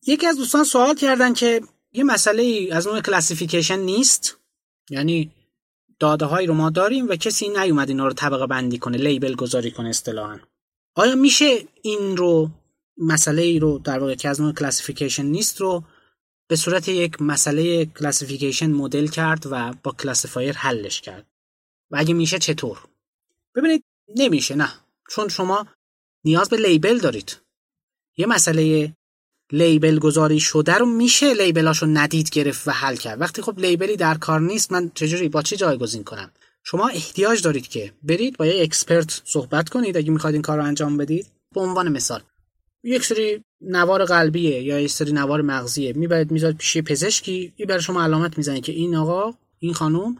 یکی از دوستان سوال کردن که یه مسئله از نوع کلاسیفیکیشن نیست، یعنی داده هایی رو ما داریم و کسی نیومد اینا رو طبقه بندی کنه، لیبل گذاری کنه اصطلاحاً. آیا میشه این رو مسئله ای رو در واقع که از نوع کلاسیفیکیشن نیست رو به صورت یک مسئله کلاسیفیکیشن مدل کرد و با کلاسیفایر حلش کرد؟ و اگه میشه چطور؟ ببینید نمیشه، نه، چون شما نیاز به لیبل دارید. یه مسئله لیبل گذاری شده رو میشه لیبلاشو ندید گرفت و حل کرد. وقتی خب لیبلی در کار نیست، من چجوری با چی جایگزین کنم؟ شما احتیاج دارید که برید با یه اکسپرت صحبت کنید اگه میخواید این کار رو انجام بدید. به عنوان مثال یک سری نوار قلبیه یا یک سری نوار مغزیه، میذارید پیش پزشکی، این برای شما علامت میزنه که این آقا، این خانم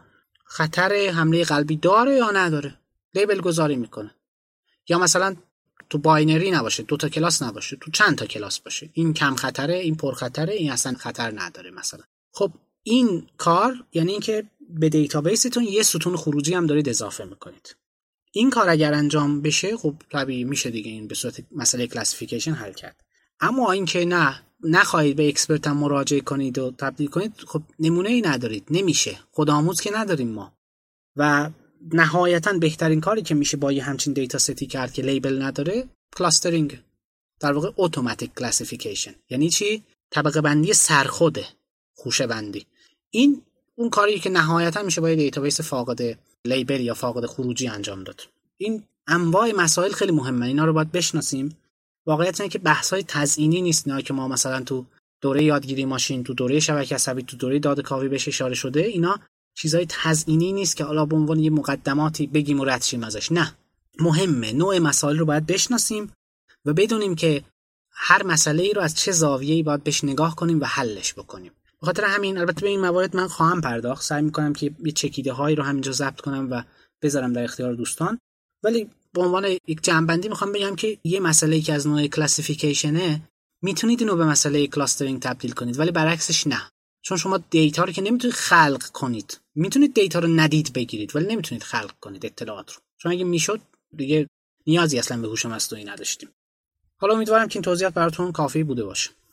خطر حمله قلبی داره یا نداره، لیبل گذاری میکنه. یا مثلا تو باینری نباشه، 2 تا کلاس نباشه، تو چند تا کلاس باشه، این کم خطره، این پر خطره، این اصلا خطر نداره مثلا. خب این کار یعنی اینکه به دیتابیستون یه ستون خروجی هم دارید اضافه میکنید. این کار اگر انجام بشه خب طبیعی میشه دیگه این به صورت مسئله کلاسیفیکیشن حل کرد. اما اینکه نخواهید به اکسپرت هم مراجعه کنید و تبدیل کنید، خب نمونه‌ای ندارید، نمیشه، خودآموز که نداریم ما. و نهایتاً بهترین کاری که میشه با یه همچین دیتا ستی کرد که لیبل نداره، کلاسترینگ، در واقع اتوماتیک کلاسیفیکیشن. یعنی چی؟ طبقه بندی سرخوده، خوشه بندی. این اون کاری که نهایتاً میشه با یه دیتابیس فاقد لیبل یا فاقد خروجی انجام داد. این انواع مسائل خیلی مهمه، اینا رو باید بشناسیم. واقعیت اینه که بحث‌های تزیینی نیست، نه که ما مثلا تو دوره یادگیری ماشین، تو دوره شبکه عصبی، تو دوره داده‌کاوی بهش اشاره شده، اینا چیزای تزیینی نیست که حالا به عنوان یه مقدماتی بگیم و رد شیم ازش. نه، مهمه نوع مسائل رو باید بشناسیم و بدونیم که هر مسئله‌ای رو از چه زاویه‌ای باید بهش نگاه کنیم و حلش بکنیم. به خاطر همین البته به این موارد من خواهم پرداخت، سعی می‌کنم که یه چکیده‌هایی رو همینجا ضبط کنم و بذارم در اختیار دوستان، ولی به عنوان یک جمع‌بندی می‌خوام بگم که یه مسئله‌ای که از نوع کلاسیفیکیشنه میتونید اینو به مسئله کلاسترینگ تبدیل کنید، ولی برعکسش نه. چون شما دیتا رو که نمیتونید خلق کنید، میتونید دیتا رو ندید بگیرید ولی نمیتونید خلق کنید اطلاعات رو، چون اگه میشد دیگه نیازی اصلا به هوش مصنوعی نداشتیم. حالا امیدوارم که این توضیحات براتون کافی بوده باشه.